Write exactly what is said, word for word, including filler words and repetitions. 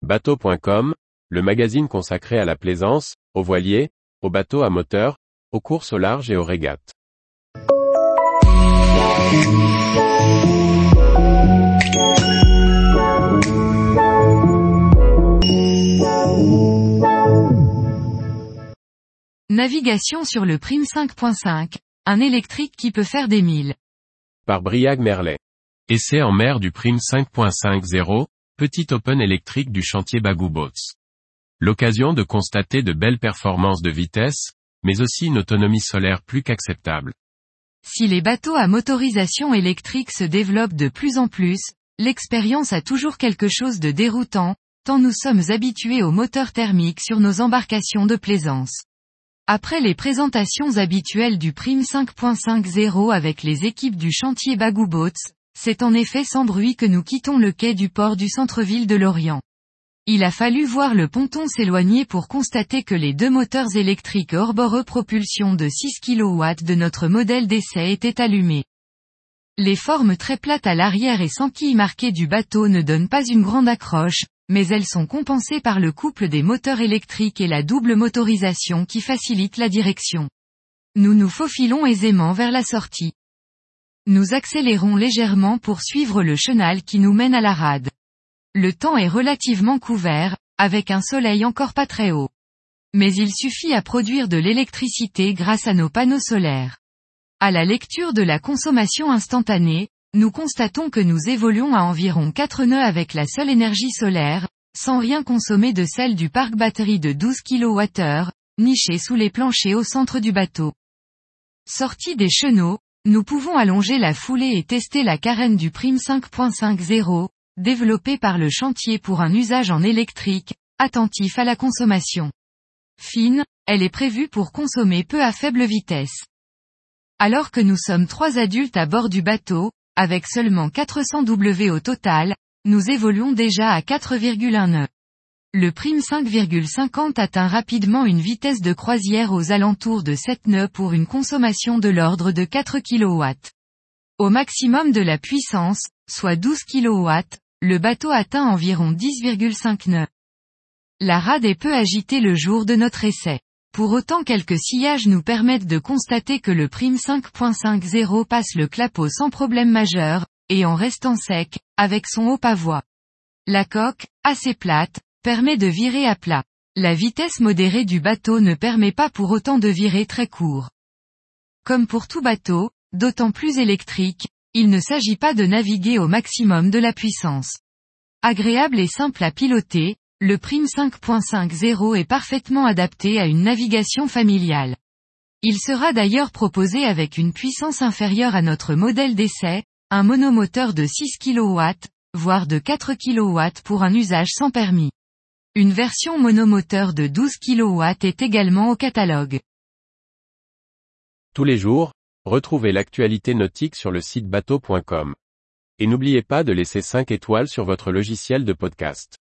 bateau point com, le magazine consacré à la plaisance, aux voiliers, aux bateaux à moteur, aux courses au large et aux régates. Navigation sur le Prim cinq point cinq, un électrique qui peut faire des milles. Par Briag Merlet. Essai en mer du Prim cinq point cinq zéro, petit open électrique du chantier Bagou Boats. L'occasion de constater de belles performances de vitesse, mais aussi une autonomie solaire plus qu'acceptable. Si les bateaux à motorisation électrique se développent de plus en plus, l'expérience a toujours quelque chose de déroutant, tant nous sommes habitués aux moteurs thermiques sur nos embarcations de plaisance. Après les présentations habituelles du Prim cinq point cinq zéro avec les équipes du chantier Bagou Boats, c'est en effet sans bruit que nous quittons le quai du port du centre-ville de Lorient. Il a fallu voir le ponton s'éloigner pour constater que les deux moteurs électriques hors-bord propulsion de six kilowatts de notre modèle d'essai étaient allumés. Les formes très plates à l'arrière et sans quilles marquées du bateau ne donnent pas une grande accroche, mais elles sont compensées par le couple des moteurs électriques et la double motorisation qui facilite la direction. Nous nous faufilons aisément vers la sortie. Nous accélérons légèrement pour suivre le chenal qui nous mène à la rade. Le temps est relativement couvert, avec un soleil encore pas très haut. Mais il suffit à produire de l'électricité grâce à nos panneaux solaires. À la lecture de la consommation instantanée, nous constatons que nous évoluons à environ quatre nœuds avec la seule énergie solaire, sans rien consommer de celle du parc batterie de douze kilowattheures, niché sous les planchers au centre du bateau. Sortis des chenaux, nous pouvons allonger la foulée et tester la carène du Prim cinq point cinq zéro, développée par le chantier pour un usage en électrique, attentif à la consommation. Fine, elle est prévue pour consommer peu à faible vitesse. Alors que nous sommes trois adultes à bord du bateau, avec seulement quatre cents watts au total, nous évoluons déjà à quatre virgule un nœuds. Le Prim cinq virgule cinquante atteint rapidement une vitesse de croisière aux alentours de sept nœuds pour une consommation de l'ordre de quatre kilowatts. Au maximum de la puissance, soit douze kilowatts, le bateau atteint environ dix virgule cinq nœuds. La rade est peu agitée le jour de notre essai. Pour autant quelques sillages nous permettent de constater que le Prim cinq point cinq zéro passe le clapot sans problème majeur, et en restant sec, avec son haut pavois. La coque, assez plate, permet de virer à plat. La vitesse modérée du bateau ne permet pas pour autant de virer très court. Comme pour tout bateau, d'autant plus électrique, il ne s'agit pas de naviguer au maximum de la puissance. Agréable et simple à piloter, le Prim cinq point cinq zéro est parfaitement adapté à une navigation familiale. Il sera d'ailleurs proposé avec une puissance inférieure à notre modèle d'essai, un monomoteur de six kilowatts, voire de quatre kilowatts pour un usage sans permis. Une version monomoteur de douze kilowatts est également au catalogue. Tous les jours, retrouvez l'actualité nautique sur le site bateau point com. Et n'oubliez pas de laisser cinq étoiles sur votre logiciel de podcast.